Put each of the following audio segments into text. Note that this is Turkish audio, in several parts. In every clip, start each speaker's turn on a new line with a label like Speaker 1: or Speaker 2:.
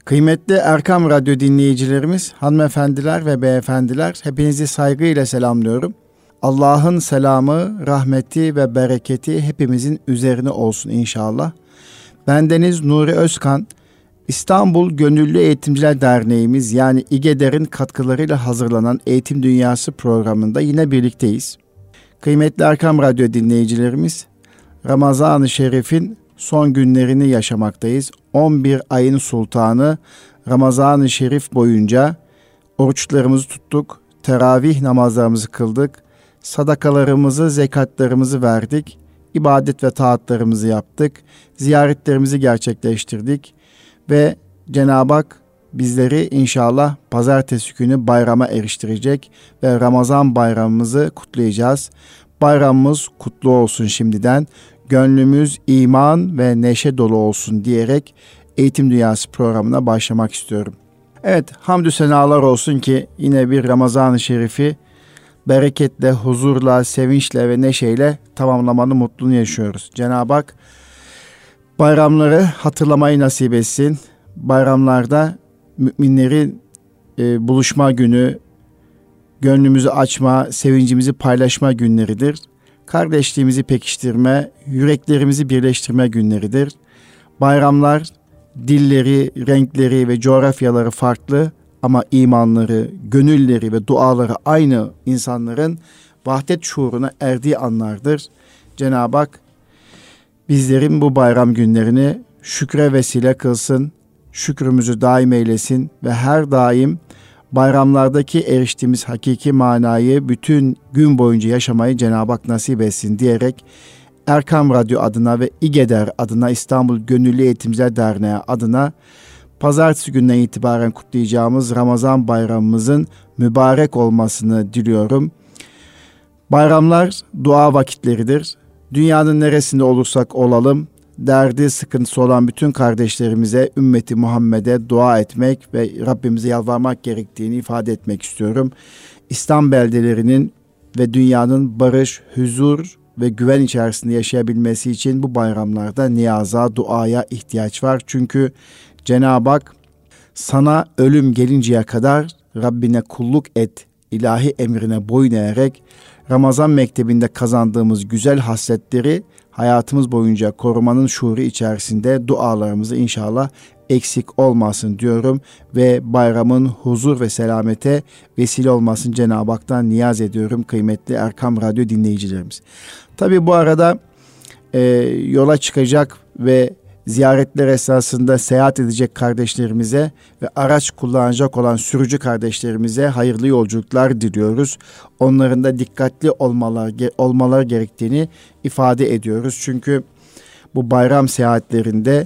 Speaker 1: Kıymetli Erkam Radyo dinleyicilerimiz, hanımefendiler ve beyefendiler, hepinizi saygıyla selamlıyorum. Allah'ın selamı, rahmeti ve bereketi hepimizin üzerine olsun inşallah. Bendeniz Nuri Özkan, İstanbul Gönüllü Eğitimciler Derneğimiz yani İGEDER'in katkılarıyla hazırlanan Eğitim Dünyası programında yine birlikteyiz. Kıymetli Erkam Radyo dinleyicilerimiz, Ramazan-ı Şerif'in son günlerini yaşamaktayız. 11 ayın sultanı Ramazan-ı Şerif boyunca oruçlarımızı tuttuk, teravih namazlarımızı kıldık, sadakalarımızı, zekatlarımızı verdik, ibadet ve taatlarımızı yaptık, ziyaretlerimizi gerçekleştirdik ve Cenab-ı Hak bizleri inşallah pazartesi günü bayrama eriştirecek ve Ramazan bayramımızı kutlayacağız. Bayramımız kutlu olsun şimdiden. Gönlümüz iman ve neşe dolu olsun diyerek Eğitim Dünyası programına başlamak istiyorum. Evet, hamdü senalar olsun ki yine bir Ramazan-ı Şerif'i bereketle, huzurla, sevinçle ve neşeyle tamamlamanın mutluluğunu yaşıyoruz. Cenab-ı Hak bayramları hatırlamayı nasip etsin. Bayramlarda müminlerin buluşma günü, gönlümüzü açma, sevincimizi paylaşma günleridir. Kardeşliğimizi pekiştirme, yüreklerimizi birleştirme günleridir. Bayramlar dilleri, renkleri ve coğrafyaları farklı ama imanları, gönülleri ve duaları aynı insanların vahdet şuuruna erdiği anlardır. Cenab-ı Hak bizlerin bu bayram günlerini şükre vesile kılsın, şükrümüzü daim eylesin ve her daim bayramlardaki eriştiğimiz hakiki manayı bütün gün boyunca yaşamayı Cenab-ı Hak nasip etsin diyerek Erkam Radyo adına ve İGEDER adına, İstanbul Gönüllü Eğitimciler Derneği adına pazartesi günden itibaren kutlayacağımız Ramazan bayramımızın mübarek olmasını diliyorum. Bayramlar dua vakitleridir. Dünyanın neresinde olursak olalım, derdi, sıkıntısı olan bütün kardeşlerimize, ümmeti Muhammed'e dua etmek ve Rabbimize yalvarmak gerektiğini ifade etmek istiyorum. İslam beldelerinin ve dünyanın barış, huzur ve güven içerisinde yaşayabilmesi için bu bayramlarda niyaza, duaya ihtiyaç var. Çünkü Cenab-ı Hak sana ölüm gelinceye kadar Rabbine kulluk et, ilahi emrine boyun eğerek Ramazan mektebinde kazandığımız güzel hasletleri hayatımız boyunca korumanın şuuru içerisinde dualarımızı inşallah eksik olmasın diyorum ve bayramın huzur ve selamete vesile olmasın Cenab-ı Hak'tan niyaz ediyorum kıymetli Erkam Radyo dinleyicilerimiz. Tabii bu arada yola çıkacak ve ziyaretler esnasında seyahat edecek kardeşlerimize ve araç kullanacak olan sürücü kardeşlerimize hayırlı yolculuklar diliyoruz. Onların da dikkatli olmaları gerektiğini ifade ediyoruz. Çünkü bu bayram seyahatlerinde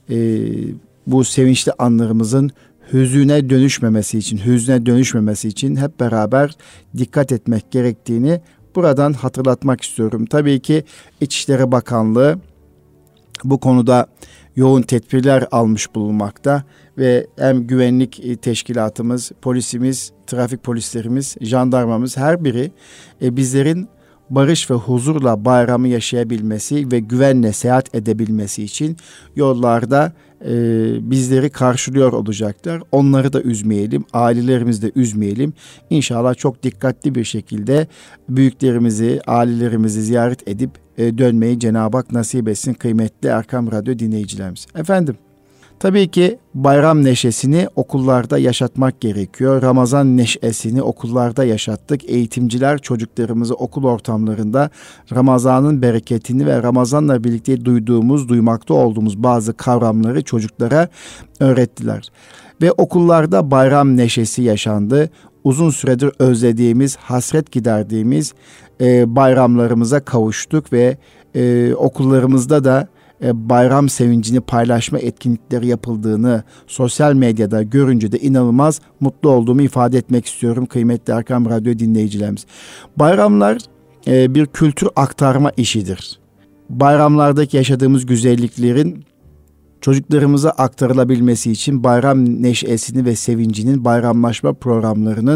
Speaker 1: bu sevinçli anlarımızın hüzüne dönüşmemesi için hep beraber dikkat etmek gerektiğini buradan hatırlatmak istiyorum. Tabii ki İçişleri Bakanlığı bu konuda yoğun tedbirler almış bulunmakta ve hem güvenlik teşkilatımız, polisimiz, trafik polislerimiz, jandarmamız her biri bizlerin barış ve huzurla bayramı yaşayabilmesi ve güvenle seyahat edebilmesi için yollarda bizleri karşılıyor olacaklar. Onları da üzmeyelim, ailelerimizi de üzmeyelim. İnşallah çok dikkatli bir şekilde büyüklerimizi, ailelerimizi ziyaret edip dönmeyi Cenab-ı Hak nasip etsin kıymetli Erkam Radyo dinleyicilerimiz. Efendim, tabii ki bayram neşesini okullarda yaşatmak gerekiyor. Ramazan neşesini okullarda yaşattık. Eğitimciler çocuklarımızı okul ortamlarında Ramazan'ın bereketini ve Ramazan'la birlikte duymakta olduğumuz bazı kavramları çocuklara öğrettiler. Ve okullarda bayram neşesi yaşandı. Uzun süredir özlediğimiz, hasret giderdiğimiz bayramlarımıza kavuştuk ve okullarımızda da bayram sevincini paylaşma etkinlikleri yapıldığını sosyal medyada görünce de inanılmaz mutlu olduğumu ifade etmek istiyorum kıymetli Erkam Radyo dinleyicilerimiz. Bayramlar bir kültür aktarma işidir. Bayramlardaki yaşadığımız güzelliklerin çocuklarımıza aktarılabilmesi için bayram neşesini ve sevincinin bayramlaşma programlarının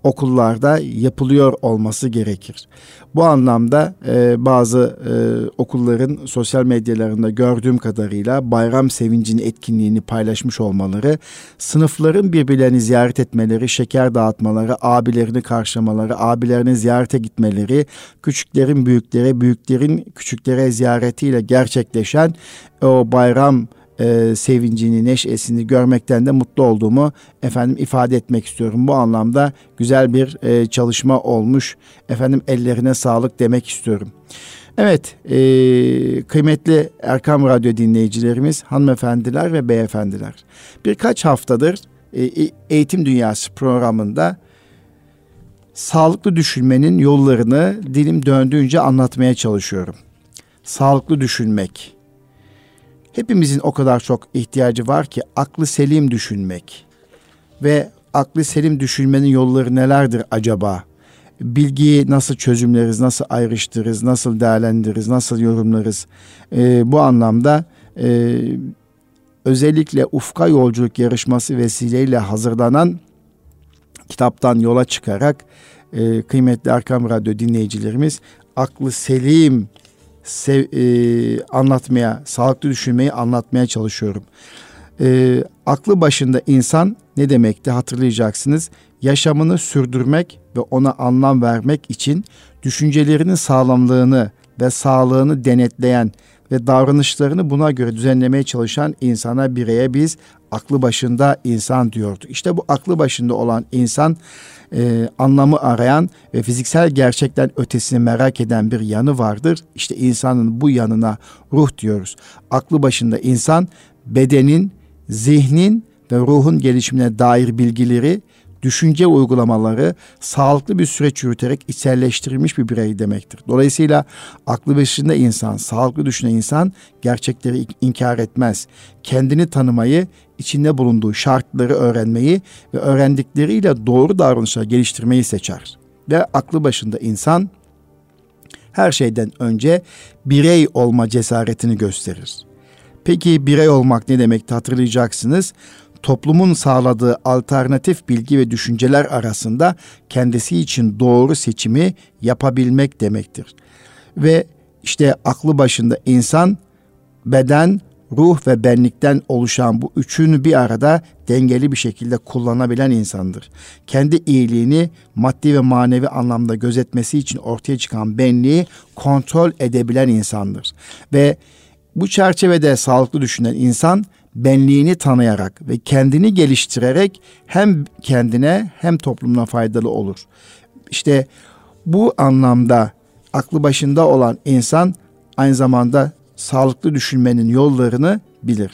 Speaker 1: okullarda yapılıyor olması gerekir. Bu anlamda bazı okulların sosyal medyalarında gördüğüm kadarıyla bayram sevincini, etkinliğini paylaşmış olmaları, sınıfların birbirlerini ziyaret etmeleri, şeker dağıtmaları, abilerini karşılamaları, abilerini ziyarete gitmeleri, küçüklerin büyüklere, büyüklerin küçüklere ziyaretiyle gerçekleşen o bayram sevincini, neşesini görmekten de mutlu olduğumu ifade etmek istiyorum. Bu anlamda güzel bir çalışma olmuş. Ellerine sağlık demek istiyorum. Evet, kıymetli Erkam Radyo dinleyicilerimiz, hanımefendiler ve beyefendiler. Birkaç haftadır Eğitim Dünyası programında sağlıklı düşünmenin yollarını dilim döndüğünce anlatmaya çalışıyorum. Sağlıklı düşünmek. Hepimizin o kadar çok ihtiyacı var ki aklı selim düşünmek. Ve aklı selim düşünmenin yolları nelerdir acaba? Bilgiyi nasıl çözümleriz, nasıl ayrıştırırız, nasıl değerlendiririz, nasıl yorumlarız? Bu anlamda özellikle Ufka Yolculuk Yarışması vesileyle hazırlanan kitaptan yola çıkarak kıymetli Erkam Radyo dinleyicilerimiz aklı selim anlatmaya, sağlıklı düşünmeyi anlatmaya çalışıyorum. Aklı başında insan ne demekti hatırlayacaksınız. Yaşamını sürdürmek ve ona anlam vermek için düşüncelerinin sağlamlığını ve sağlığını denetleyen ve davranışlarını buna göre düzenlemeye çalışan insana, bireye biz aklı başında insan diyorduk. İşte bu aklı başında olan insan anlamı arayan ve fiziksel gerçekten ötesini merak eden bir yanı vardır. İşte insanın bu yanına ruh diyoruz. Aklı başında insan bedenin, zihnin ve ruhun gelişimine dair bilgileri, düşünce uygulamaları sağlıklı bir süreç yürüterek içselleştirilmiş bir birey demektir. Dolayısıyla aklı başında insan, sağlıklı düşünen insan gerçekleri inkar etmez. Kendini tanımayı, içinde bulunduğu şartları öğrenmeyi ve öğrendikleriyle doğru davranışlar geliştirmeyi seçer. Ve aklı başında insan her şeyden önce birey olma cesaretini gösterir. Peki birey olmak ne demekti hatırlayacaksınız. Toplumun sağladığı alternatif bilgi ve düşünceler arasında kendisi için doğru seçimi yapabilmek demektir. Ve işte aklı başında insan beden, ruh ve benlikten oluşan bu üçünü bir arada dengeli bir şekilde kullanabilen insandır. Kendi iyiliğini maddi ve manevi anlamda gözetmesi için ortaya çıkan benliği kontrol edebilen insandır. Ve bu çerçevede sağlıklı düşünen insan benliğini tanıyarak ve kendini geliştirerek hem kendine hem toplumuna faydalı olur. İşte bu anlamda aklı başında olan insan aynı zamanda sağlıklı düşünmenin yollarını bilir.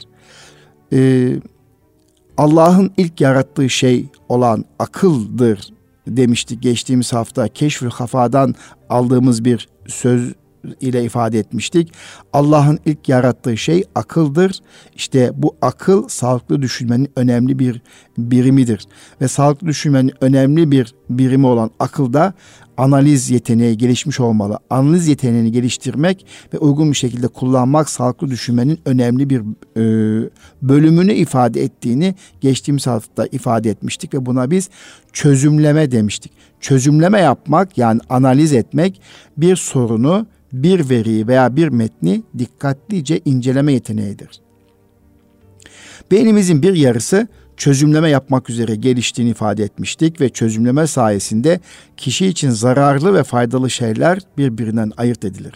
Speaker 1: Allah'ın ilk yarattığı şey olan akıldır demiştik geçtiğimiz hafta. Keşf-ül Hafa'dan aldığımız bir söz ile ifade etmiştik. Allah'ın ilk yarattığı şey akıldır. İşte bu akıl sağlıklı düşünmenin önemli bir birimidir. Ve sağlıklı düşünmenin önemli bir birimi olan akılda analiz yeteneği gelişmiş olmalı. Analiz yeteneğini geliştirmek ve uygun bir şekilde kullanmak sağlıklı düşünmenin önemli bir bölümünü ifade ettiğini geçtiğimiz hafta ifade etmiştik ve buna biz çözümleme demiştik. Çözümleme yapmak yani analiz etmek bir sorunu, bir veriyi veya bir metni dikkatlice inceleme yeteneğidir. Beynimizin bir yarısı çözümleme yapmak üzere geliştiğini ifade etmiştik ve çözümleme sayesinde kişi için zararlı ve faydalı şeyler birbirinden ayırt edilir.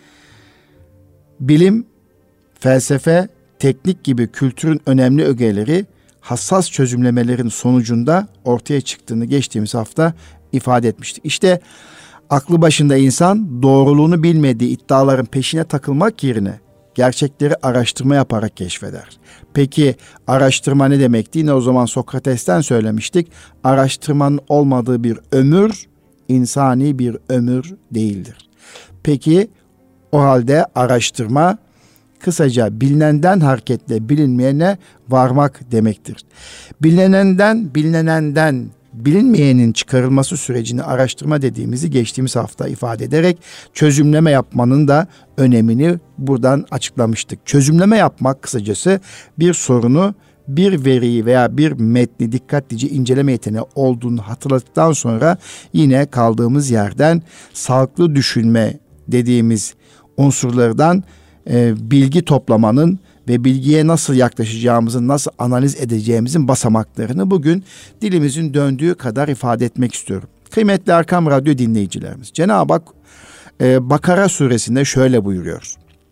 Speaker 1: Bilim, felsefe, teknik gibi kültürün önemli ögeleri hassas çözümlemelerin sonucunda ortaya çıktığını geçtiğimiz hafta ifade etmiştik. İşte aklı başında insan doğruluğunu bilmediği iddiaların peşine takılmak yerine gerçekleri araştırma yaparak keşfeder. Peki araştırma ne demekti? Yine o zaman Sokrates'ten söylemiştik. Araştırmanın olmadığı bir ömür insani bir ömür değildir. Peki o halde araştırma kısaca bilinenden hareketle bilinmeyene varmak demektir. Bilinenenden bilinmeyenin çıkarılması sürecini araştırma dediğimizi geçtiğimiz hafta ifade ederek çözümleme yapmanın da önemini buradan açıklamıştık. Çözümleme yapmak kısacası bir sorunu bir veriyi veya bir metni dikkatlice inceleme yeteneği olduğunu hatırladıktan sonra yine kaldığımız yerden sağlıklı düşünme dediğimiz unsurlardan bilgi toplamanın ve bilgiye nasıl yaklaşacağımızın, nasıl analiz edeceğimizin basamaklarını bugün dilimizin döndüğü kadar ifade etmek istiyorum. Kıymetli Erkam Radyo dinleyicilerimiz, Cenab-ı Hak Bakara suresinde şöyle buyuruyor.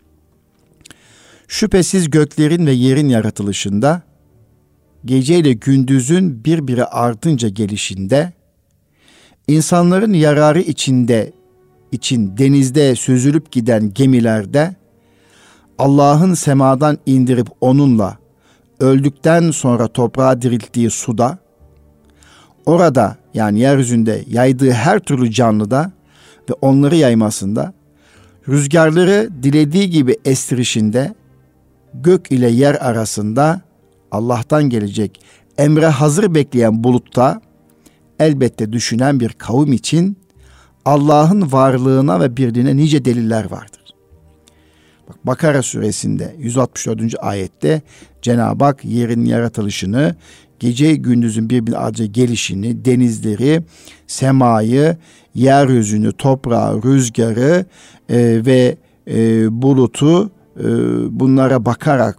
Speaker 1: Şüphesiz göklerin ve yerin yaratılışında, geceyle gündüzün birbiri ardınca gelişinde, insanların yararı için denizde süzülüp giden gemilerde, Allah'ın semadan indirip onunla öldükten sonra toprağa dirilttiği suda, orada yani yeryüzünde yaydığı her türlü canlıda ve onları yaymasında, rüzgarları dilediği gibi estirişinde, gök ile yer arasında Allah'tan gelecek emre hazır bekleyen bulutta elbette düşünen bir kavim için Allah'ın varlığına ve birliğine nice deliller vardır. Bak, Bakara suresinde 164. ayette Cenab-ı Hak yerin yaratılışını, gece gündüzün birbirine ardınca gelişini, denizleri, semayı, yeryüzünü, toprağı, rüzgarı ve bulutu bunlara bakarak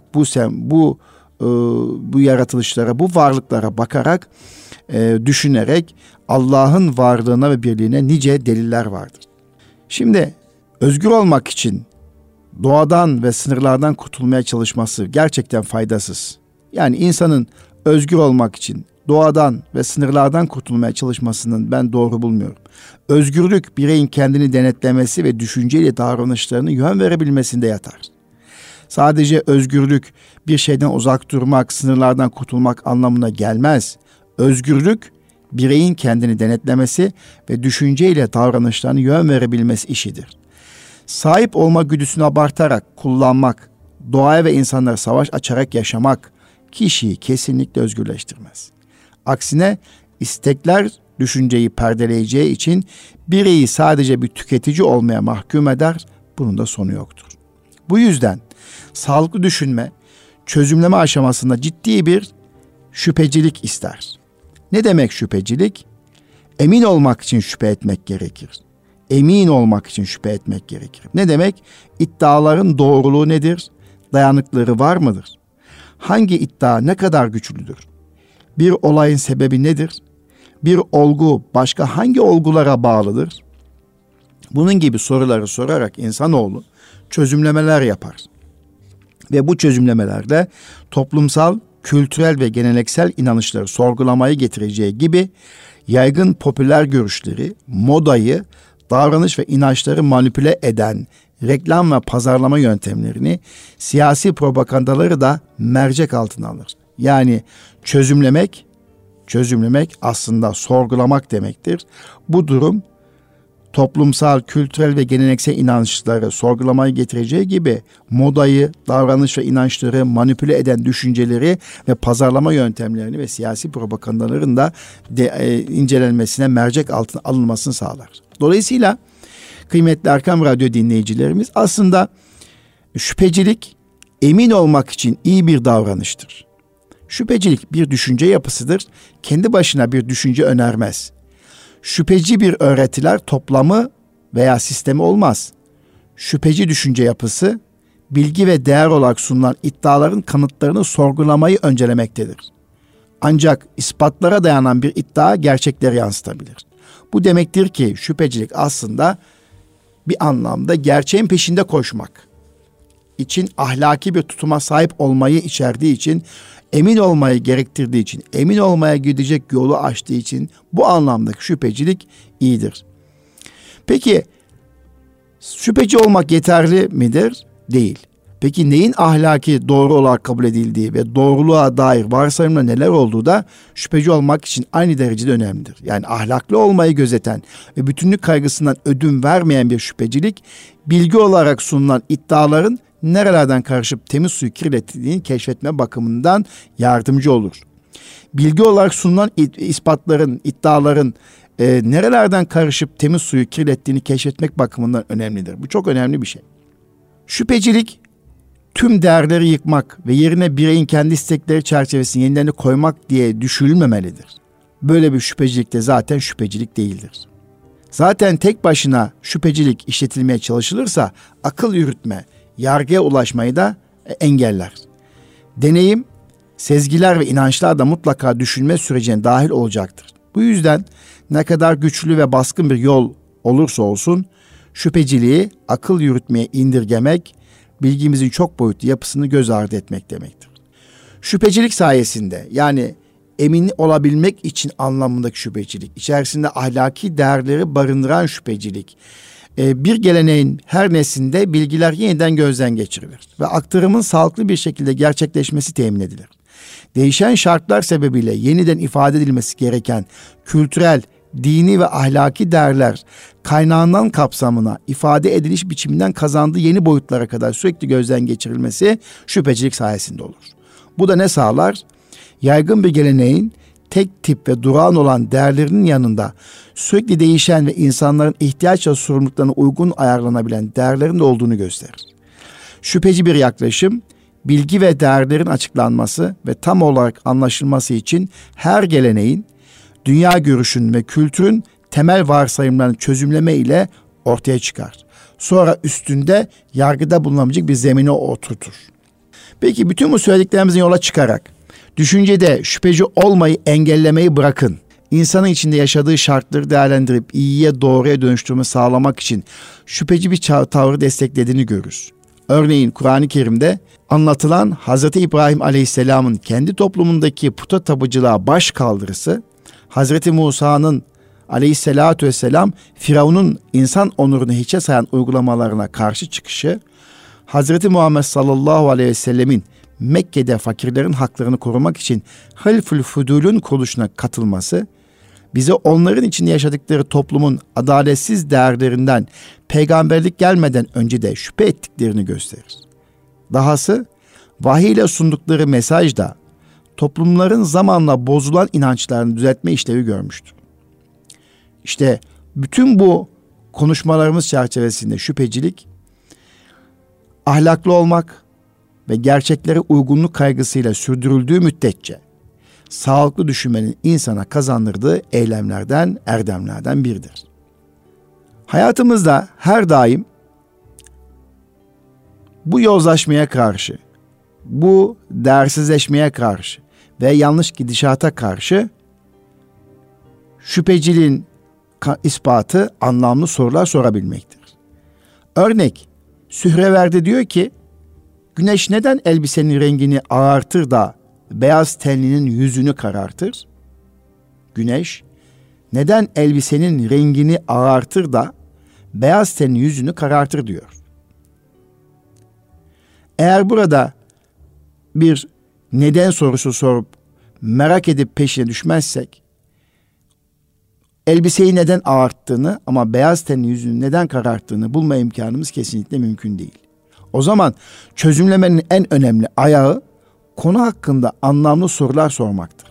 Speaker 1: bu yaratılışlara, bu varlıklara bakarak düşünerek Allah'ın varlığına ve birliğine nice deliller vardır. Şimdi özgür olmak için doğadan ve sınırlardan kurtulmaya çalışması gerçekten faydasız. Yani insanın özgür olmak için doğadan ve sınırlardan kurtulmaya çalışmasının ben doğru bulmuyorum. Özgürlük bireyin kendini denetlemesi ve düşünceyle davranışlarını yön verebilmesinde yatar. Sadece özgürlük bir şeyden uzak durmak, sınırlardan kurtulmak anlamına gelmez. Özgürlük bireyin kendini denetlemesi ve düşünceyle davranışlarını yön verebilmesi işidir. Sahip olma güdüsünü abartarak kullanmak, doğaya ve insanlara savaş açarak yaşamak kişiyi kesinlikle özgürleştirmez. Aksine istekler düşünceyi perdeleyeceği için bireyi sadece bir tüketici olmaya mahkum eder, bunun da sonu yoktur. Bu yüzden sağlıklı düşünme, çözümleme aşamasında ciddi bir şüphecilik ister. Ne demek şüphecilik? Emin olmak için şüphe etmek gerekir. Emin olmak için şüphe etmek gerekir. Ne demek? İddiaların doğruluğu nedir? Dayanıkları var mıdır? Hangi iddia ne kadar güçlüdür? Bir olayın sebebi nedir? Bir olgu başka hangi olgulara bağlıdır? Bunun gibi soruları sorarak insanoğlu çözümlemeler yapar. Ve bu çözümlemelerde toplumsal, kültürel ve geleneksel inanışları sorgulamayı getireceği gibi yaygın popüler görüşleri, modayı, davranış ve inançları manipüle eden reklam ve pazarlama yöntemlerini, siyasi propagandaları da mercek altına alır. Yani çözümlemek aslında sorgulamak demektir. Bu durum toplumsal, kültürel ve geleneksel inançları sorgulamayı getireceği gibi modayı, davranış ve inançları manipüle eden düşünceleri ve pazarlama yöntemlerini ve siyasi propagandaların da incelenmesine, mercek altına alınmasını sağlar. Dolayısıyla kıymetli Erkam Radyo dinleyicilerimiz, aslında şüphecilik emin olmak için iyi bir davranıştır. Şüphecilik bir düşünce yapısıdır. Kendi başına bir düşünce önermez. Şüpheci bir öğretiler toplamı veya sistemi olmaz. Şüpheci düşünce yapısı, bilgi ve değer olarak sunulan iddiaların kanıtlarını sorgulamayı öncelemektedir. Ancak ispatlara dayanan bir iddia gerçekleri yansıtabilir. Bu demektir ki şüphecilik aslında bir anlamda gerçeğin peşinde koşmak için, ahlaki bir tutuma sahip olmayı içerdiği için, emin olmayı gerektirdiği için, emin olmaya gidecek yolu açtığı için bu anlamdaki şüphecilik iyidir. Peki şüpheci olmak yeterli midir? Değil. Peki neyin ahlaki doğru olarak kabul edildiği ve doğruluğa dair varsayımla neler olduğu da şüpheci olmak için aynı derecede önemlidir. Yani ahlaklı olmayı gözeten ve bütünlük kaygısından ödün vermeyen bir şüphecilik, bilgi olarak sunulan iddiaların nerelerden karışıp temiz suyu kirlettiğini keşfetme bakımından yardımcı olur. Bilgi olarak sunulan ispatların, iddiaların nerelerden karışıp temiz suyu kirlettiğini keşfetmek bakımından önemlidir. Bu çok önemli bir şey. Şüphecilik tüm değerleri yıkmak ve yerine bireyin kendi istekleri çerçevesinde yenilerini koymak diye düşünülmemelidir. Böyle bir şüphecilik de zaten şüphecilik değildir. Zaten tek başına şüphecilik işletilmeye çalışılırsa akıl yürütme, yargıya ulaşmayı da engeller. Deneyim, sezgiler ve inançlar da mutlaka düşünme sürecine dahil olacaktır. Bu yüzden ne kadar güçlü ve baskın bir yol olursa olsun şüpheciliği akıl yürütmeye indirgemek, bilgimizin çok boyutlu yapısını göz ardı etmek demektir. Şüphecilik sayesinde, yani emin olabilmek için anlamındaki şüphecilik, içerisinde ahlaki değerleri barındıran şüphecilik, bir geleneğin her neslinde bilgiler yeniden gözden geçirilir ve aktarımın sağlıklı bir şekilde gerçekleşmesi temin edilir. Değişen şartlar sebebiyle yeniden ifade edilmesi gereken kültürel, dini ve ahlaki değerler kaynağından kapsamına, ifade ediliş biçiminden kazandığı yeni boyutlara kadar sürekli gözden geçirilmesi şüphecilik sayesinde olur. Bu da ne sağlar? Yaygın bir geleneğin tek tip ve durağan olan değerlerinin yanında sürekli değişen ve insanların ihtiyaç ve sorumluluklarına uygun ayarlanabilen değerlerin de olduğunu gösterir. Şüpheci bir yaklaşım, bilgi ve değerlerin açıklanması ve tam olarak anlaşılması için her geleneğin, dünya görüşünün ve kültürün temel varsayımlarını çözümleme ile ortaya çıkar. Sonra üstünde yargıda bulunabilecek bir zemine oturtur. Peki bütün bu söylediklerimizin yola çıkarak düşüncede şüpheci olmayı engellemeyi bırakın. İnsanın içinde yaşadığı şartları değerlendirip iyiye doğruya dönüştürme sağlamak için şüpheci bir tavrı desteklediğini görürüz. Örneğin Kur'an-ı Kerim'de anlatılan Hazreti İbrahim Aleyhisselam'ın kendi toplumundaki puta tapıcılığa baş kaldırısı, Hazreti Musa'nın Aleyhisselatü Vesselam Firavun'un insan onurunu hiçe sayan uygulamalarına karşı çıkışı, Hazreti Muhammed sallallahu aleyhi ve sellemin Mekke'de fakirlerin haklarını korumak için Halful Fudul'ün kuruluşuna katılması, bize onların içinde yaşadıkları toplumun adaletsiz değerlerinden peygamberlik gelmeden önce de şüphe ettiklerini gösterir. Dahası vahiy ile sundukları mesaj da toplumların zamanla bozulan inançlarını düzeltme işlevi görmüştür. İşte bütün bu konuşmalarımız çerçevesinde şüphecilik, ahlaklı olmak ve gerçeklere uygunluk kaygısıyla sürdürüldüğü müddetçe sağlıklı düşünmenin insana kazandırdığı eylemlerden, erdemlerden biridir. Hayatımızda her daim bu yozlaşmaya karşı, bu değersizleşmeye karşı ve yanlış gidişata karşı şüpheciliğin ispatı anlamlı sorular sorabilmektir. Örnek, Sühreverdi diyor ki, güneş neden elbisenin rengini ağartır da beyaz tenlinin yüzünü karartır? Güneş neden elbisenin rengini ağartır da beyaz tenlinin yüzünü karartır diyor. Eğer burada bir neden sorusu sorup merak edip peşine düşmezsek, elbiseyi neden ağarttığını ama beyaz tenli yüzünü neden kararttığını bulma imkanımız kesinlikle mümkün değil. O zaman çözümlemenin en önemli ayağı konu hakkında anlamlı sorular sormaktır.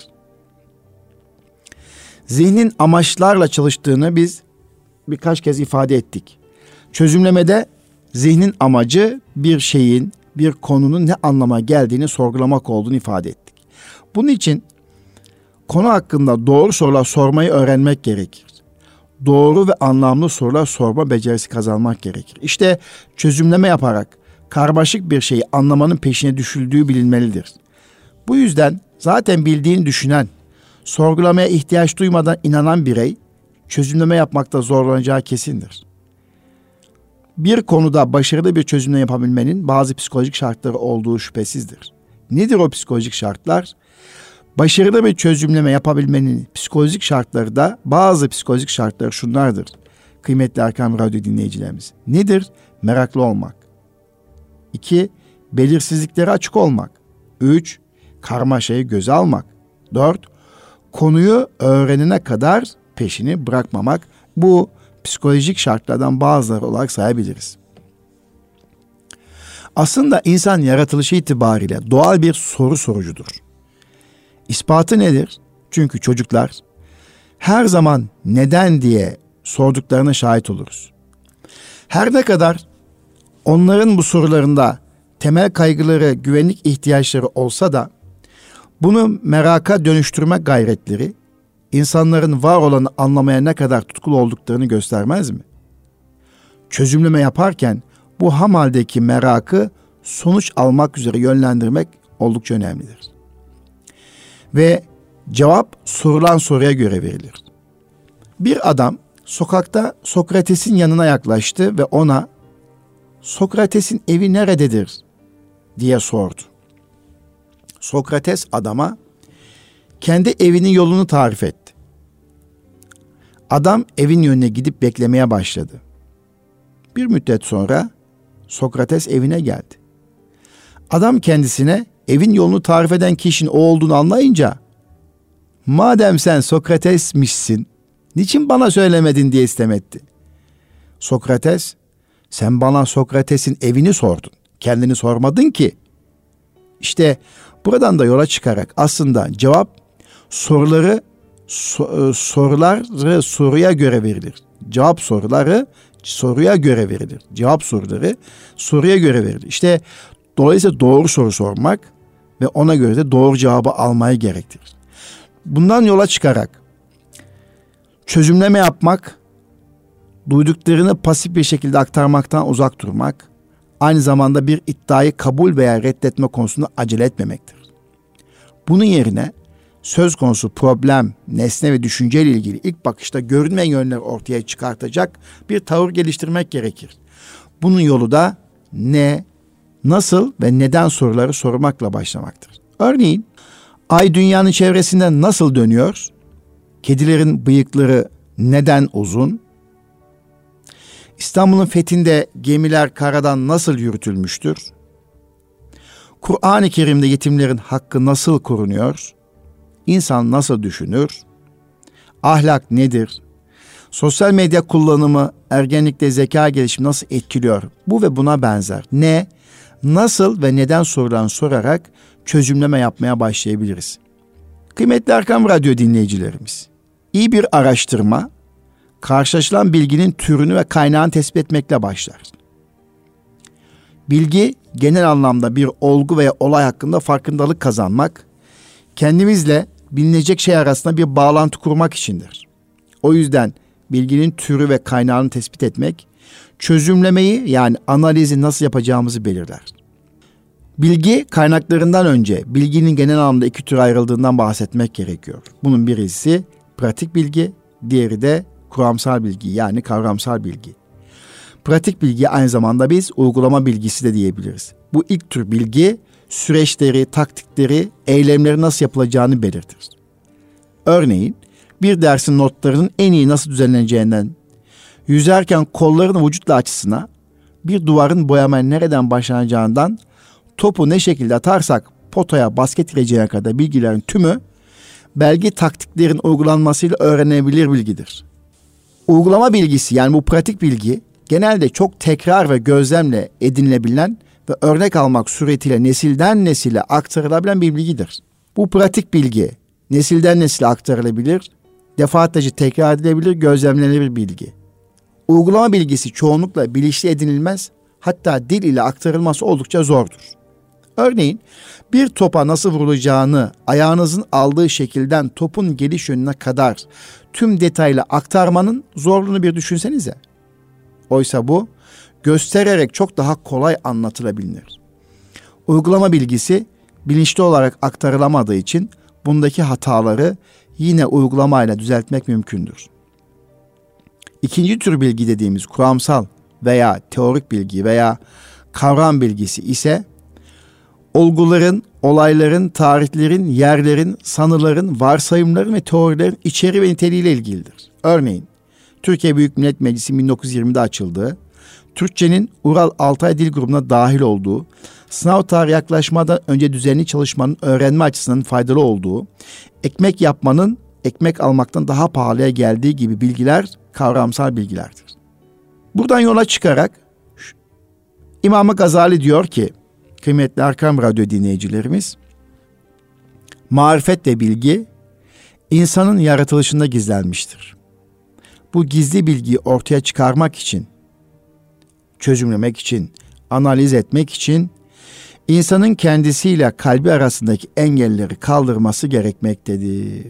Speaker 1: Zihnin amaçlarla çalıştığını biz birkaç kez ifade ettik. Çözümlemede zihnin amacı bir şeyin, bir konunun ne anlama geldiğini sorgulamak olduğunu ifade ettik. Bunun için konu hakkında doğru sorular sormayı öğrenmek gerekir. Doğru ve anlamlı sorular sorma becerisi kazanmak gerekir. İşte çözümleme yaparak karmaşık bir şeyi anlamanın peşine düşüldüğü bilinmelidir. Bu yüzden zaten bildiğini düşünen, sorgulamaya ihtiyaç duymadan inanan birey çözümleme yapmakta zorlanacağı kesindir. Bir konuda başarılı bir çözümleme yapabilmenin bazı psikolojik şartları olduğu şüphesizdir. Nedir o psikolojik şartlar? Başarılı bir çözümleme yapabilmenin psikolojik şartları da bazı psikolojik şartları şunlardır. Kıymetli Erkam Radyo dinleyicilerimiz. Nedir? Meraklı olmak. 2. Belirsizliklere açık olmak. 3. Karmaşayı göze almak. 4. Konuyu öğrenene kadar peşini bırakmamak. Bu psikolojik şartlardan bazıları olarak sayabiliriz. Aslında insan yaratılışı itibariyle doğal bir soru sorucudur. İspatı nedir? Çünkü çocuklar her zaman neden diye sorduklarına şahit oluruz. Her ne kadar onların bu sorularında temel kaygıları, güvenlik ihtiyaçları olsa da bunu meraka dönüştürme gayretleri insanların var olanı anlamaya ne kadar tutkulu olduklarını göstermez mi? Çözümleme yaparken bu ham haldeki merakı sonuç almak üzere yönlendirmek oldukça önemlidir. Ve cevap sorulan soruya göre verilir. Bir adam sokakta Sokrates'in yanına yaklaştı ve ona Sokrates'in evi nerededir diye sordu. Sokrates adama kendi evinin yolunu tarif etti. Adam evin yönüne gidip beklemeye başladı. Bir müddet sonra Sokrates evine geldi. Adam kendisine evin yolunu tarif eden kişinin o olduğunu anlayınca madem sen Sokrates'mişsin niçin bana söylemedin diye istem etti. Sokrates, sen bana Sokrates'in evini sordun. Kendini sormadın ki. İşte buradan da yola çıkarak aslında cevap soruları soruya göre verilir. Cevap soruları soruya göre verilir. Cevap soruları soruya göre verilir. İşte dolayısıyla doğru soru sormak ve ona göre de doğru cevabı almayı gerektirir. Bundan yola çıkarak çözümleme yapmak, duyduklarını pasif bir şekilde aktarmaktan uzak durmak, aynı zamanda bir iddiayı kabul veya reddetme konusunda acele etmemektir. Bunun yerine söz konusu problem, nesne ve düşünce ile ilgili ilk bakışta görünmeyen yönleri ortaya çıkartacak bir tavır geliştirmek gerekir. Bunun yolu da ne, nasıl ve neden soruları sormakla başlamaktır. Örneğin, ay dünyanın çevresinden nasıl dönüyor? Kedilerin bıyıkları neden uzun? İstanbul'un fethinde gemiler karadan nasıl yürütülmüştür? Kur'an-ı Kerim'de yetimlerin hakkı nasıl korunuyor? İnsan nasıl düşünür? Ahlak nedir? Sosyal medya kullanımı ergenlikte zeka gelişimi nasıl etkiliyor? Bu ve buna benzer ne, nasıl ve neden sorularını sorarak çözümleme yapmaya başlayabiliriz. Kıymetli Erkam Radyo dinleyicilerimiz, iyi bir araştırma, karşılaşılan bilginin türünü ve kaynağını tespit etmekle başlar. Bilgi, genel anlamda bir olgu veya olay hakkında farkındalık kazanmak, kendimizle bilinecek şey arasında bir bağlantı kurmak içindir. O yüzden bilginin türü ve kaynağını tespit etmek, çözümlemeyi yani analizi nasıl yapacağımızı belirler. Bilgi kaynaklarından önce bilginin genel anlamda iki türe ayrıldığından bahsetmek gerekiyor. Bunun birisi pratik bilgi, diğeri de kuramsal bilgi yani kavramsal bilgi. Pratik bilgi aynı zamanda biz uygulama bilgisi de diyebiliriz. Bu ilk tür bilgi süreçleri, taktikleri, eylemleri nasıl yapılacağını belirtir. Örneğin bir dersin notlarının en iyi nasıl düzenleneceğinden, yüzerken kolların vücutla açısına, bir duvarın boyamaya nereden başlanacağından, topu ne şekilde atarsak potaya basket gireceğine kadar bilgilerin tümü belge taktiklerin uygulanmasıyla öğrenebilir bilgidir. Uygulama bilgisi yani bu pratik bilgi genelde çok tekrar ve gözlemle edinilebilen ve örnek almak suretiyle nesilden nesile aktarılabilen bir bilgidir. Bu pratik bilgi nesilden nesile aktarılabilir, defaatlerce tekrar edilebilir, gözlemlenebilir bilgi. Uygulama bilgisi çoğunlukla bilinçli edinilmez, hatta dil ile aktarılması oldukça zordur. Örneğin bir topa nasıl vurulacağını ayağınızın aldığı şekilden topun geliş yönüne kadar tüm detayla aktarmanın zorluğunu bir düşünsenize. Oysa bu göstererek çok daha kolay anlatılabilir. Uygulama bilgisi bilinçli olarak aktarılamadığı için bundaki hataları yine uygulamayla düzeltmek mümkündür. İkinci tür bilgi dediğimiz kuramsal veya teorik bilgi veya kavram bilgisi ise olguların, olayların, tarihlerin, yerlerin, sanıların, varsayımların ve teorilerin içeriği ve niteliğiyle ilgilidir. Örneğin, Türkiye Büyük Millet Meclisi 1920'de açıldığı, Türkçenin Ural-Altay Dil Grubu'na dahil olduğu, sınav tarihi yaklaşmadan önce düzenli çalışmanın öğrenme açısından faydalı olduğu, ekmek yapmanın ekmek almaktan daha pahalıya geldiği gibi bilgiler kavramsal bilgilerdir. Buradan yola çıkarak İmam Gazali diyor ki, kıymetli Erkam Radyo dinleyicilerimiz, marifet ve bilgi insanın yaratılışında gizlenmiştir. Bu gizli bilgiyi ortaya çıkarmak için, çözümlemek için, analiz etmek için insanın kendisiyle kalbi arasındaki engelleri kaldırması gerekmektedir.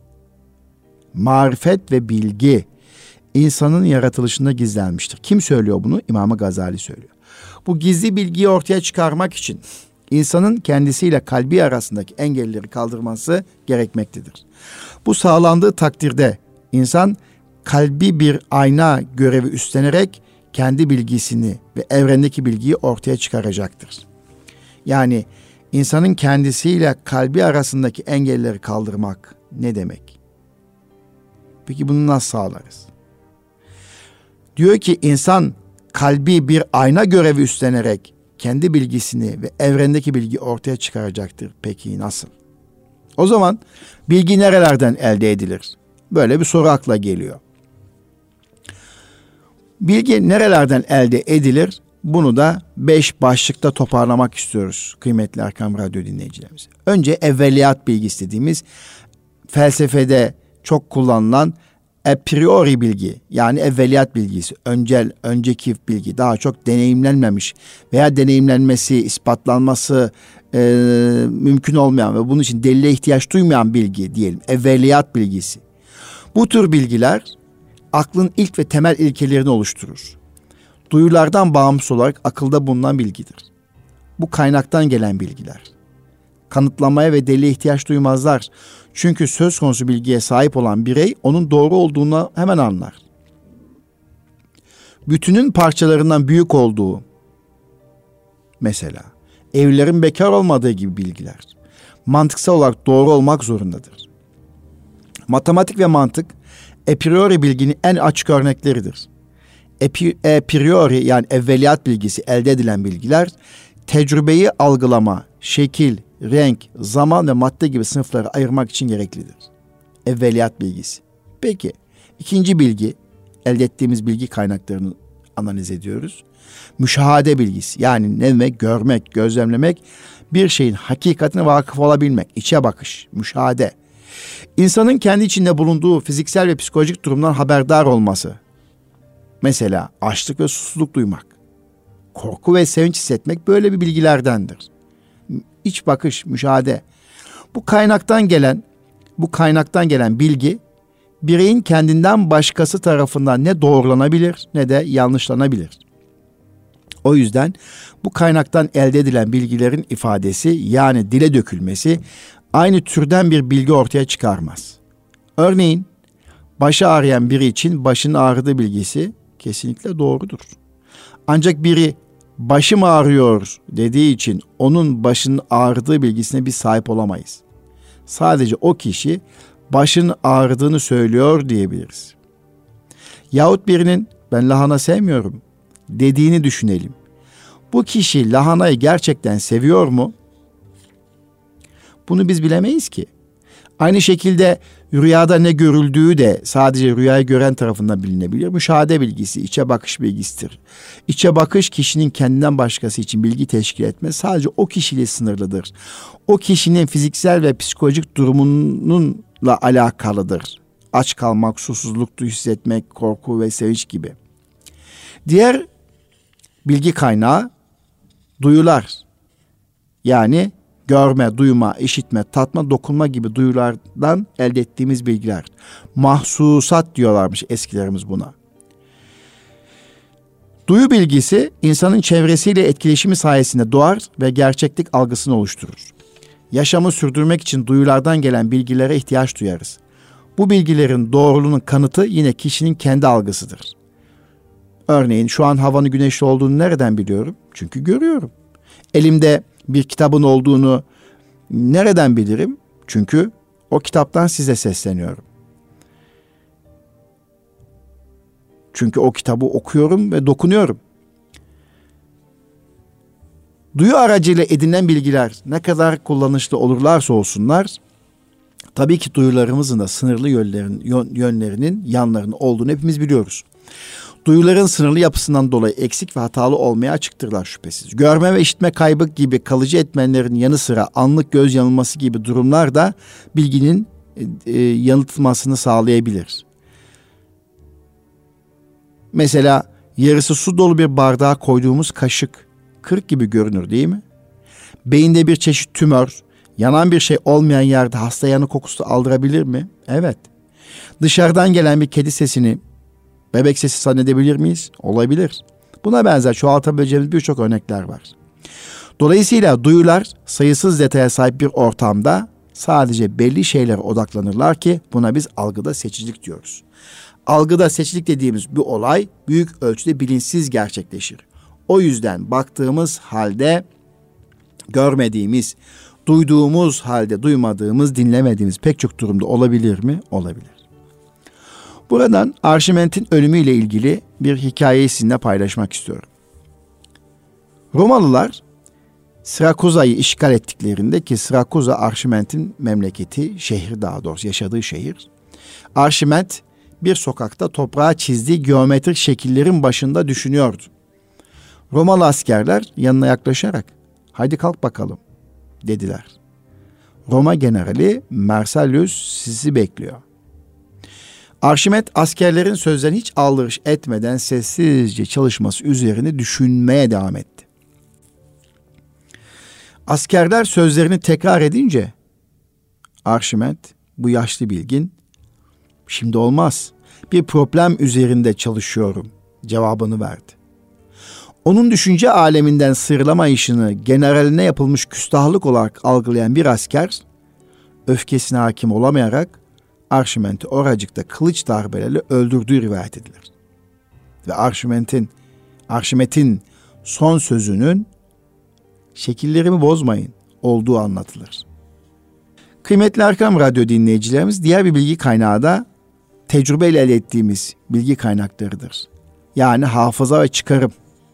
Speaker 1: Marifet ve bilgi insanın yaratılışında gizlenmiştir. Kim söylüyor bunu? İmam Gazali söylüyor. Bu gizli bilgiyi ortaya çıkarmak için insanın kendisiyle kalbi arasındaki engelleri kaldırması gerekmektedir. Bu sağlandığı takdirde insan kalbi bir ayna görevi üstlenerek kendi bilgisini ve evrendeki bilgiyi ortaya çıkaracaktır. Yani insanın kendisiyle kalbi arasındaki engelleri kaldırmak ne demek? Peki bunu nasıl sağlarız? Diyor ki insan kalbi bir ayna görevi üstlenerek kendi bilgisini ve evrendeki bilgiyi ortaya çıkaracaktır. Peki nasıl? O zaman bilgi nerelerden elde edilir? Böyle bir soru akla geliyor. Bilgi nerelerden elde edilir? Bunu da 5 başlıkta toparlamak istiyoruz kıymetli Erkam Radyo dinleyicilerimiz. Önce evveliyat bilgisi dediğimiz felsefede çok kullanılan a priori bilgi, yani evveliyat bilgisi, önceki bilgi, daha çok deneyimlenmemiş veya deneyimlenmesi, ispatlanması mümkün olmayan ve bunun için delile ihtiyaç duymayan bilgi diyelim, evveliyat bilgisi. Bu tür bilgiler aklın ilk ve temel ilkelerini oluşturur. Duyulardan bağımsız olarak akılda bulunan bilgidir. Bu kaynaktan gelen bilgiler. Kanıtlamaya ve delile ihtiyaç duymazlar. Çünkü söz konusu bilgiye sahip olan birey onun doğru olduğunu hemen anlar. Bütünün parçalarından büyük olduğu, mesela evlilerin bekar olmadığı gibi bilgiler mantıksal olarak doğru olmak zorundadır. Matematik ve mantık a priori bilginin en açık örnekleridir. A priori yani evveliyat bilgisi elde edilen bilgiler tecrübeyi algılama, şekil, renk, zaman ve madde gibi sınıfları ayırmak için gereklidir. Evveliyat bilgisi. Peki ikinci bilgi, elde ettiğimiz bilgi kaynaklarını analiz ediyoruz. Müşahede bilgisi, yani ne demek? Görmek, gözlemlemek, bir şeyin hakikatine vakıf olabilmek, içe bakış, müşahede. İnsanın kendi içinde bulunduğu fiziksel ve psikolojik durumdan haberdar olması. Mesela açlık ve susuzluk duymak, korku ve sevinç hissetmek böyle bir bilgilerdendir. İç bakış, müşahede. Bu kaynaktan gelen bilgi bireyin kendinden başkası tarafından ne doğrulanabilir ne de yanlışlanabilir. O yüzden bu kaynaktan elde edilen bilgilerin ifadesi, yani dile dökülmesi aynı türden bir bilgi ortaya çıkarmaz. Örneğin başı ağrıyan biri için başının ağrıdığı bilgisi kesinlikle doğrudur. Ancak biri başım ağrıyor dediği için onun başının ağrıdığı bilgisine biz sahip olamayız. Sadece o kişi başının ağrıdığını söylüyor diyebiliriz. Yahut birinin ben lahana sevmiyorum dediğini düşünelim. Bu kişi lahanayı gerçekten seviyor mu? Bunu biz bilemeyiz ki. Aynı şekilde rüyada ne görüldüğü de sadece rüyayı gören tarafından bilinebilir. Müşahede bilgisi, içe bakış bilgisidir. İçe bakış kişinin kendinden başkası için bilgi teşkil etmez. Sadece o kişiyle sınırlıdır. O kişinin fiziksel ve psikolojik durumununla alakalıdır. Aç kalmak, susuzluk hissetmek, korku ve sevinç gibi. Diğer bilgi kaynağı duyular. Yani görme, duyma, işitme, tatma, dokunma gibi duyulardan elde ettiğimiz bilgiler. Mahsusat diyorlarmış eskilerimiz buna. Duyu bilgisi insanın çevresiyle etkileşimi sayesinde doğar ve gerçeklik algısını oluşturur. Yaşamı sürdürmek için duyulardan gelen bilgilere ihtiyaç duyarız. Bu bilgilerin doğruluğunun kanıtı yine kişinin kendi algısıdır. Örneğin şu an havanın güneşli olduğunu nereden biliyorum? Çünkü görüyorum. Elimde bir kitabın olduğunu nereden bilirim? Çünkü o kitaptan size sesleniyorum. Çünkü o kitabı okuyorum ve dokunuyorum. Duyu aracıyla edinilen bilgiler ne kadar kullanışlı olurlarsa olsunlar, tabii ki duyularımızın da sınırlı yönlerinin, yanlarının olduğunu hepimiz biliyoruz. Duyuların sınırlı yapısından dolayı eksik ve hatalı olmaya açıktırlar şüphesiz. Görme ve işitme kaybı gibi kalıcı etmenlerin yanı sıra anlık göz yanılması gibi durumlar da bilginin yanıltılmasını sağlayabilir. Mesela yarısı su dolu bir bardağa koyduğumuz kaşık kırık gibi görünür değil mi? Beyinde bir çeşit tümör, yanan bir şey olmayan yerde hasta yanı kokusu aldırabilir mi? Evet. Dışarıdan gelen bir kedi sesini bebek sesi zannedebilir miyiz? Olabilir. Buna benzer çoğaltabileceğimiz birçok örnekler var. Dolayısıyla duyular sayısız detaya sahip bir ortamda sadece belli şeylere odaklanırlar ki buna biz algıda seçicilik diyoruz. Algıda seçicilik dediğimiz bir olay büyük ölçüde bilinçsiz gerçekleşir. O yüzden baktığımız halde görmediğimiz, duyduğumuz halde duymadığımız, dinlemediğimiz pek çok durumda olabilir mi? Olabilir. Buradan Arşimet'in ölümüyle ilgili bir hikayeyi sizinle paylaşmak istiyorum. Romalılar Sirakuza'yı işgal ettiklerinde, ki Sirakuza Arşimet'in memleketi, şehri, daha doğrusu yaşadığı şehir. Arşimet bir sokakta toprağa çizdiği geometrik şekillerin başında düşünüyordu. Romalı askerler yanına yaklaşarak "Haydi kalk bakalım" dediler. Roma generali Marsilius sizi bekliyor. Arşimet askerlerin sözlerine hiç aldırış etmeden sessizce çalışması üzerine düşünmeye devam etti. Askerler sözlerini tekrar edince Arşimet, bu yaşlı bilgin, "Şimdi olmaz, bir problem üzerinde çalışıyorum" cevabını verdi. Onun düşünce aleminden sıyrılamayışını generaline yapılmış küstahlık olarak algılayan bir asker, öfkesine hakim olamayarak Arşimet'i oracıkta kılıç darbeleriyle öldürdüğü rivayet edilir. Ve Arşimet'in son sözünün "şekillerimi bozmayın" olduğu anlatılır. Kıymetli Erkam Radyo dinleyicilerimiz, diğer bir bilgi kaynağı da tecrübeyle elde ettiğimiz bilgi kaynaklarıdır. Yani hafıza ve çıkarım.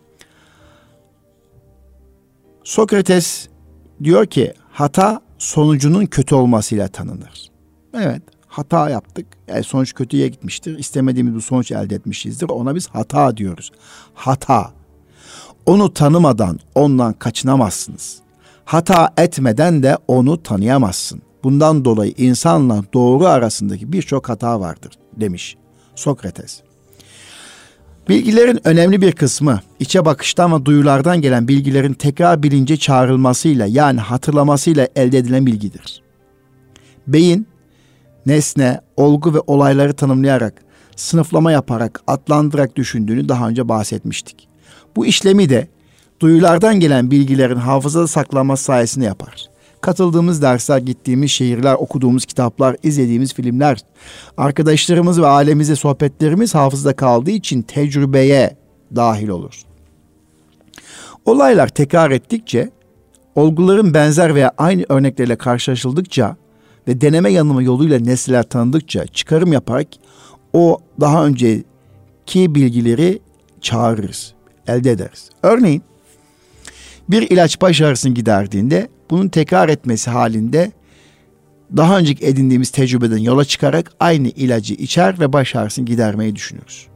Speaker 1: Sokrates diyor ki hata sonucunun kötü olmasıyla tanınır. Evet, hata yaptık. Sonuç kötüye gitmiştir. İstemediğimiz bir sonuç elde etmişizdir. Ona biz hata diyoruz. Hata. Onu tanımadan ondan kaçınamazsınız. Hata etmeden de onu tanıyamazsın. Bundan dolayı insanla doğru arasındaki birçok hata vardır demiş Sokrates. Bilgilerin önemli bir kısmı içe bakıştan ve duyulardan gelen bilgilerin tekrar bilince çağrılmasıyla, yani hatırlamasıyla elde edilen bilgidir. Beyin, nesne, olgu ve olayları tanımlayarak, sınıflama yaparak, adlandırarak düşündüğünü daha önce bahsetmiştik. Bu işlemi de duyulardan gelen bilgilerin hafızada saklanması sayesinde yapar. Katıldığımız dersler, gittiğimiz şehirler, okuduğumuz kitaplar, izlediğimiz filmler, arkadaşlarımız ve ailemizle sohbetlerimiz hafızada kaldığı için tecrübeye dahil olur. Olaylar tekrar ettikçe, olguların benzer veya aynı örneklerle karşılaşıldıkça ve deneme yanılma yoluyla nesneler tanıdıkça çıkarım yaparak o daha önceki bilgileri çağırırız, elde ederiz. Örneğin bir ilaç baş ağrısını giderdiğinde bunun tekrar etmesi halinde daha önceki edindiğimiz tecrübeden yola çıkarak aynı ilacı içer ve baş ağrısını gidermeyi düşünürüz.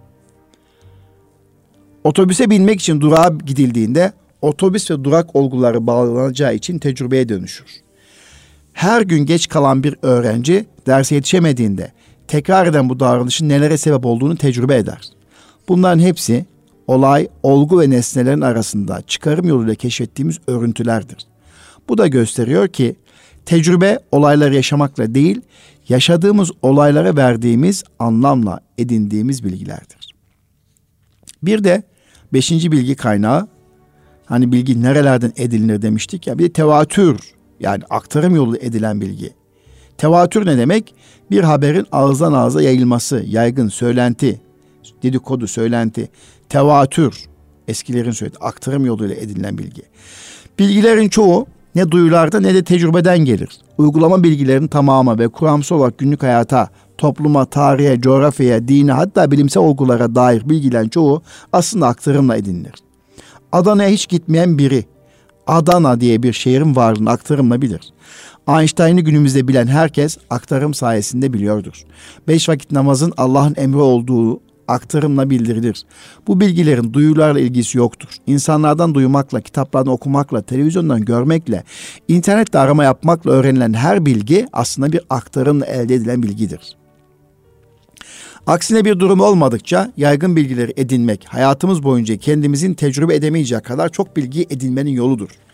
Speaker 1: Otobüse binmek için durağa gidildiğinde otobüs ve durak olguları bağlanacağı için tecrübeye dönüşür. Her gün geç kalan bir öğrenci derse yetişemediğinde tekrar eden bu davranışın nelere sebep olduğunu tecrübe eder. Bunların hepsi olay, olgu ve nesnelerin arasında çıkarım yoluyla keşfettiğimiz örüntülerdir. Bu da gösteriyor ki tecrübe olayları yaşamakla değil, yaşadığımız olaylara verdiğimiz anlamla edindiğimiz bilgilerdir. Bir de 5. bilgi kaynağı, hani bilgi nerelerden edilinir demiştik ya, bir de tevatür, yani aktarım yolu edilen bilgi. Tevatür ne demek? Bir haberin ağızdan ağza yayılması, yaygın, söylenti, dedikodu, söylenti. Tevatür, eskilerin söylediği aktarım yoluyla edinilen bilgi. Bilgilerin çoğu ne duyularda ne de tecrübeden gelir. Uygulama bilgilerinin tamamı ve kuramsal olarak günlük hayata, topluma, tarihe, coğrafyaya, dine, hatta bilimsel olgulara dair bilgilerin çoğu aslında aktarımla edinilir. Adana'ya hiç gitmeyen biri Adana diye bir şehrin varlığını aktarımla bilir. Einstein'ı günümüzde bilen herkes aktarım sayesinde biliyordur. 5 vakit namazın Allah'ın emri olduğu aktarımla bildirilir. Bu bilgilerin duyularla ilgisi yoktur. İnsanlardan duymakla, kitaplardan okumakla, televizyondan görmekle, internette arama yapmakla öğrenilen her bilgi aslında bir aktarımla elde edilen bilgidir. Aksine bir durum olmadıkça yaygın bilgileri edinmek hayatımız boyunca kendimizin tecrübe edemeyeceği kadar çok bilgi edinmenin yoludur.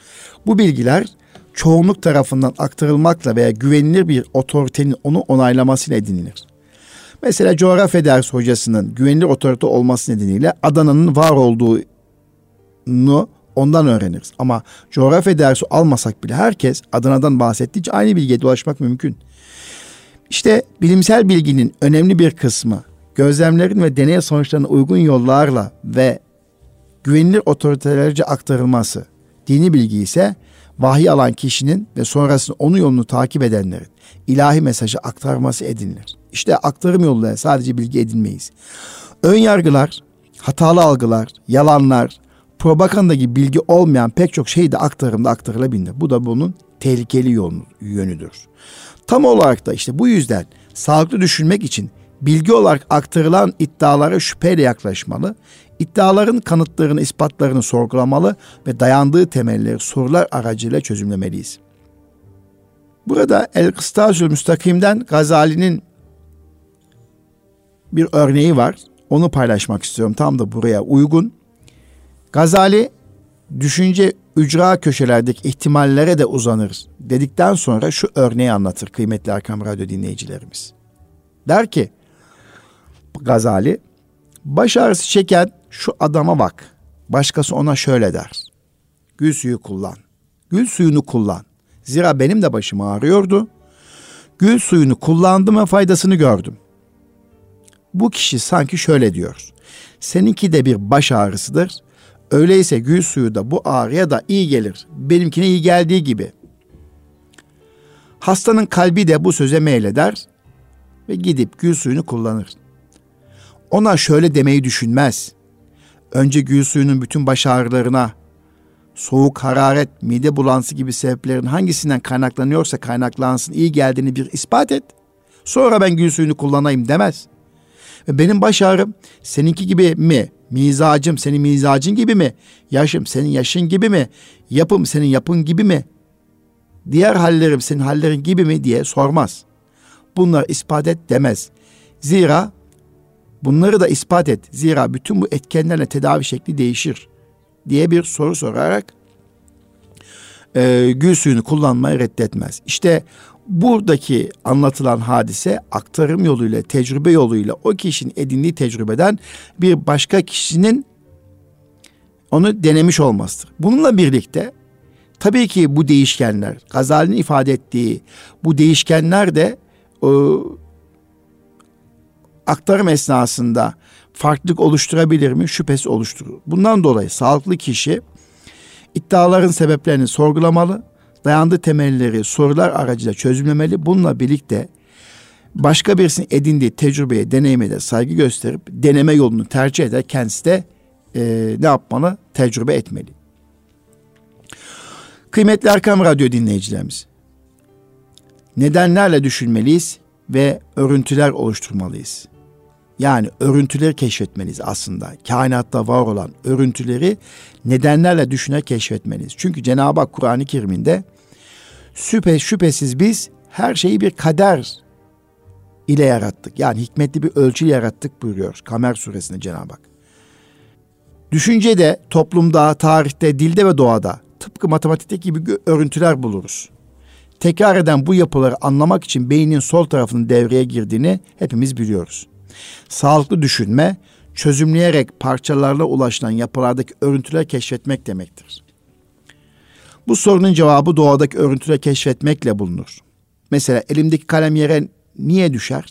Speaker 1: Bu bilgiler çoğunluk tarafından aktarılmakla veya güvenilir bir otoritenin onu onaylamasıyla edinilir. Mesela coğrafya dersi hocasının güvenilir otorite olması nedeniyle Adana'nın var olduğunu ondan öğreniriz. Ama coğrafya dersi almasak bile herkes Adana'dan bahsettiğince aynı bilgiye ulaşmak mümkün. İşte bilimsel bilginin önemli bir kısmı gözlemlerin ve deney sonuçlarına uygun yollarla ve güvenilir otoritelerce aktarılması. Dini bilgi ise vahiy alan kişinin ve sonrasında onun yolunu takip edenlerin ilahi mesajı aktarması edinilir. İşte aktarım yoluyla sadece bilgi edinmeyiz. Ön yargılar, hatalı algılar, yalanlar, propaganda gibi bilgi olmayan pek çok şey de aktarımda aktarılabilir. Bu da bunun tehlikeli yönüdür. Tam olarak da işte bu yüzden sağlıklı düşünmek için bilgi olarak aktarılan iddialara şüpheyle yaklaşmalı, iddiaların kanıtlarını, ispatlarını sorgulamalı ve dayandığı temelleri sorular aracılığıyla çözümlemeliyiz. Burada El-Kıstasül Müstakim'den Gazali'nin bir örneği var. Onu paylaşmak istiyorum. Tam da buraya uygun. Gazali, düşünce ücra köşelerdeki ihtimallere de uzanır dedikten sonra şu örneği anlatır kıymetli Erkam Radyo dinleyicilerimiz. Der ki Gazali, baş ağrısı çeken şu adama bak. Başkası ona şöyle der. Gül suyu kullan. Gül suyunu kullan. Zira benim de başım ağrıyordu. Gül suyunu kullandım ve faydasını gördüm. Bu kişi sanki şöyle diyor. Seninki de bir baş ağrısıdır. Öyleyse gül suyu da bu ağrıya da iyi gelir. Benimkine iyi geldiği gibi. Hastanın kalbi de bu söze meyleder ve gidip gül suyunu kullanır. Ona şöyle demeyi düşünmez. Önce gül suyunun bütün baş ağrılarına, soğuk, hararet, mide bulantısı gibi sebeplerin hangisinden kaynaklanıyorsa kaynaklansın iyi geldiğini bir ispat et. Sonra ben gül suyunu kullanayım demez. Ve benim baş ağrım seninki gibi mi? Mizacım senin mizacın gibi mi? Yaşım senin yaşın gibi mi? Yapım senin yapın gibi mi? Diğer hallerim senin hallerin gibi mi diye sormaz. Bunları ispat et demez. Zira bunları da ispat et. Zira bütün bu etkenlerle tedavi şekli değişir diye bir soru sorarak gül suyunu kullanmayı reddetmez. İşte buradaki anlatılan hadise aktarım yoluyla, tecrübe yoluyla o kişinin edindiği tecrübeden bir başka kişinin onu denemiş olmasıdır. Bununla birlikte tabii ki bu değişkenler, Gazali'nin ifade ettiği bu değişkenler de aktarım esnasında farklılık oluşturabilir mi? Şüphesiz oluşturur. Bundan dolayı sağlıklı kişi iddiaların sebeplerini sorgulamalı, dayandığı temelleri sorular aracıyla çözümlemeli. Bununla birlikte başka birisinin edindiği tecrübeye, deneyime de saygı gösterip deneme yolunu tercih eder. Kendisi de ne yapmalı? Tecrübe etmeli. Kıymetli Erkam Radyo dinleyicilerimiz, nedenlerle düşünmeliyiz ve örüntüler oluşturmalıyız. Yani örüntüleri keşfetmeliyiz aslında. Kainatta var olan örüntüleri nedenlerle düşünerek keşfetmeliyiz. Çünkü Cenab-ı Hak Kur'an-ı Kerim'inde şüphesiz biz her şeyi bir kader ile yarattık. Yani hikmetli bir ölçü yarattık buyuruyor Kamer suresinde Cenab-ı Hak. Düşüncede, toplumda, tarihte, dilde ve doğada tıpkı matematikteki gibi örüntüler buluruz. Tekrar eden bu yapıları anlamak için beynin sol tarafının devreye girdiğini hepimiz biliyoruz. Sağlıklı düşünme, çözümleyerek parçalarla ulaşılan yapılardaki örüntüleri keşfetmek demektir. Bu sorunun cevabı doğadaki örüntüleri keşfetmekle bulunur. Mesela elimdeki kalem yere niye düşer?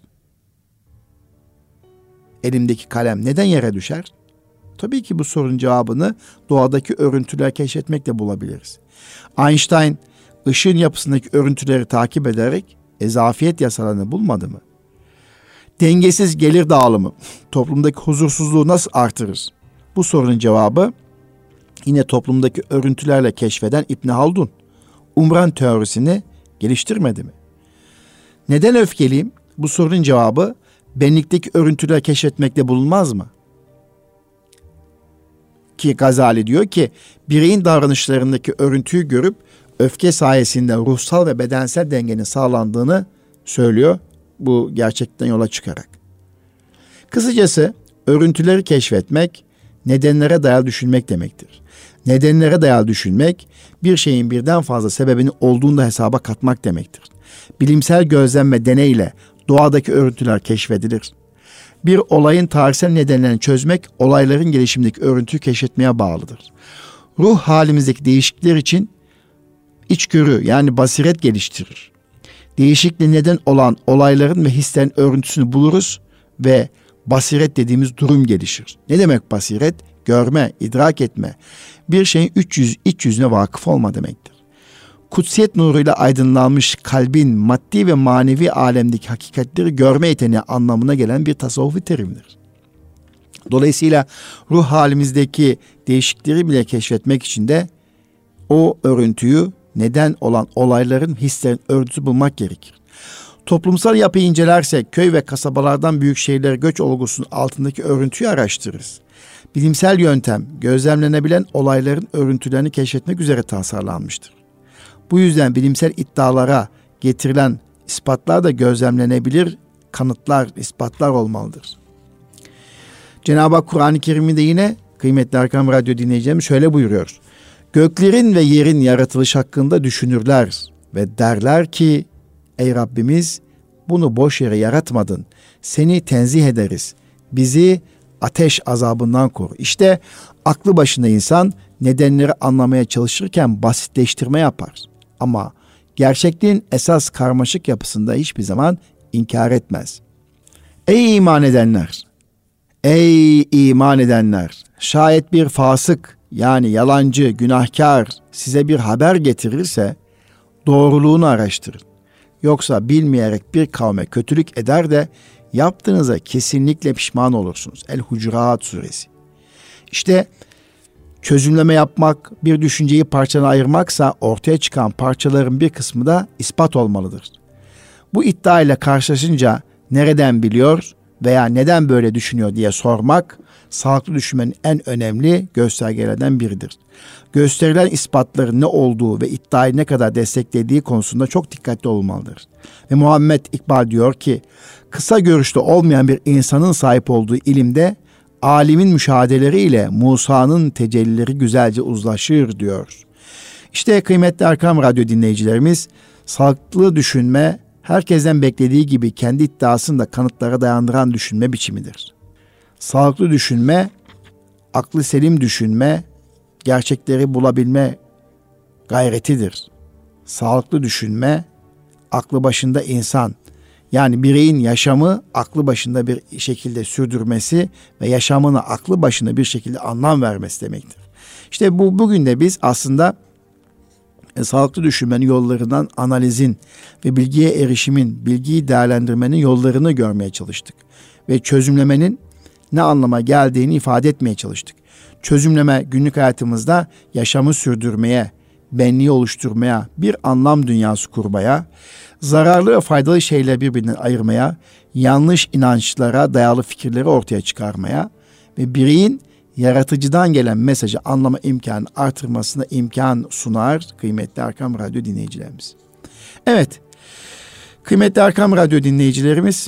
Speaker 1: Elimdeki kalem neden yere düşer? Tabii ki bu sorunun cevabını doğadaki örüntüler keşfetmekle bulabiliriz. Einstein ışığın yapısındaki örüntüleri takip ederek ezafiyet yasalarını bulmadı mı? Dengesiz gelir dağılımı toplumdaki huzursuzluğu nasıl artırır? Bu sorunun cevabı yine toplumdaki örüntülerle keşfeden İbn Haldun. Umran teorisini geliştirmedi mi? Neden öfkeliyim? Bu sorunun cevabı benlikteki örüntüler keşfetmekle bulunmaz mı? Ki Gazali diyor ki bireyin davranışlarındaki örüntüyü görüp öfke sayesinde ruhsal ve bedensel dengenin sağlandığını söylüyor bu gerçekten yola çıkarak. Kısacası örüntüleri keşfetmek nedenlere dayalı düşünmek demektir. Nedenlere dayalı düşünmek, bir şeyin birden fazla sebebinin olduğunu da hesaba katmak demektir. Bilimsel gözlem ve deneyle doğadaki örüntüler keşfedilir. Bir olayın tarihsel nedenlerini çözmek, olayların gelişimindeki örüntüyü keşfetmeye bağlıdır. Ruh halimizdeki değişiklikler için içgörü yani basiret geliştirir. Değişikliğe neden olan olayların ve hislerin örüntüsünü buluruz ve basiret dediğimiz durum gelişir. Ne demek basiret? Görme, idrak etme. Bir şeyin iç yüzüne vakıf olma demektir. Kutsiyet nuruyla aydınlanmış kalbin maddi ve manevi alemdeki hakikatleri görme yeteneği anlamına gelen bir tasavvufi terimdir. Dolayısıyla ruh halimizdeki değişiklikleri bile keşfetmek için de o örüntüyü, neden olan olayların, hislerin örüntüsü bulmak gerekir. Toplumsal yapıyı incelersek köy ve kasabalardan büyük şehirlere göç olgusunun altındaki örüntüyü araştırırız. Bilimsel yöntem gözlemlenebilen olayların örüntülerini keşfetmek üzere tasarlanmıştır. Bu yüzden bilimsel iddialara getirilen ispatlar da gözlemlenebilir kanıtlar, ispatlar olmalıdır. Cenab-ı Hak Kur'an-ı Kerim'de yine kıymetli Erkam Radyo dinleyicilerimiz şöyle buyuruyor. Göklerin ve yerin yaratılış hakkında düşünürler ve derler ki ey Rabbimiz bunu boş yere yaratmadın. Seni tenzih ederiz. Bizi ateş azabından koru. İşte aklı başında insan nedenleri anlamaya çalışırken basitleştirme yapar. Ama gerçekliğin esas karmaşık yapısında hiçbir zaman inkar etmez. Ey iman edenler! Ey iman edenler! Şayet bir fasık yani yalancı, günahkar size bir haber getirirse doğruluğunu araştırın. Yoksa bilmeyerek bir kavme kötülük eder de yaptığınıza kesinlikle pişman olursunuz. El-Hucurat suresi. İşte çözümleme yapmak, bir düşünceyi parçalarına ayırmaksa ortaya çıkan parçaların bir kısmı da ispat olmalıdır. Bu iddia ile karşılaşınca nereden biliyor veya neden böyle düşünüyor diye sormak, sağlıklı düşünmenin en önemli göstergelerden biridir. Gösterilen ispatların ne olduğu ve iddiayı ne kadar desteklediği konusunda çok dikkatli olmalıdır. Ve Muhammed İkbal diyor ki, kısa görüşlü olmayan bir insanın sahip olduğu ilimde, alimin müşahedeleriyle Musa'nın tecellileri güzelce uzlaşır diyor. İşte kıymetli Erkam Radyo dinleyicilerimiz, sağlıklı düşünme, herkesten beklediği gibi kendi iddiasını da kanıtlara dayandıran düşünme biçimidir. Sağlıklı düşünme, aklı selim düşünme, gerçekleri bulabilme gayretidir. Sağlıklı düşünme, aklı başında insan, yani bireyin yaşamı aklı başında bir şekilde sürdürmesi ve yaşamına aklı başında bir şekilde anlam vermesi demektir. İşte bugün de biz aslında sağlıklı düşünmenin yollarından analizin ve bilgiye erişimin, bilgiyi değerlendirmenin yollarını görmeye çalıştık. Ve çözümlemenin ne anlama geldiğini ifade etmeye çalıştık. Çözümleme günlük hayatımızda yaşamı sürdürmeye, benliği oluşturmaya, bir anlam dünyası kurmaya, zararlı ve faydalı şeyleri birbirinden ayırmaya, yanlış inançlara dayalı fikirleri ortaya çıkarmaya ve bireyin yaratıcıdan gelen mesajı anlama imkanı artırmasına imkan sunar kıymetli Erkam Radyo dinleyicilerimiz. Evet, kıymetli Erkam Radyo dinleyicilerimiz,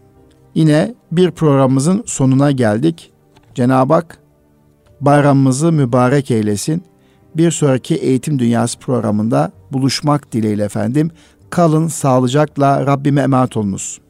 Speaker 1: yine bir programımızın sonuna geldik. Cenab-ı Hak bayramımızı mübarek eylesin. Bir sonraki Eğitim Dünyası programında buluşmak dileğiyle efendim. Kalın sağlıcakla, Rabbime emanet olunuz.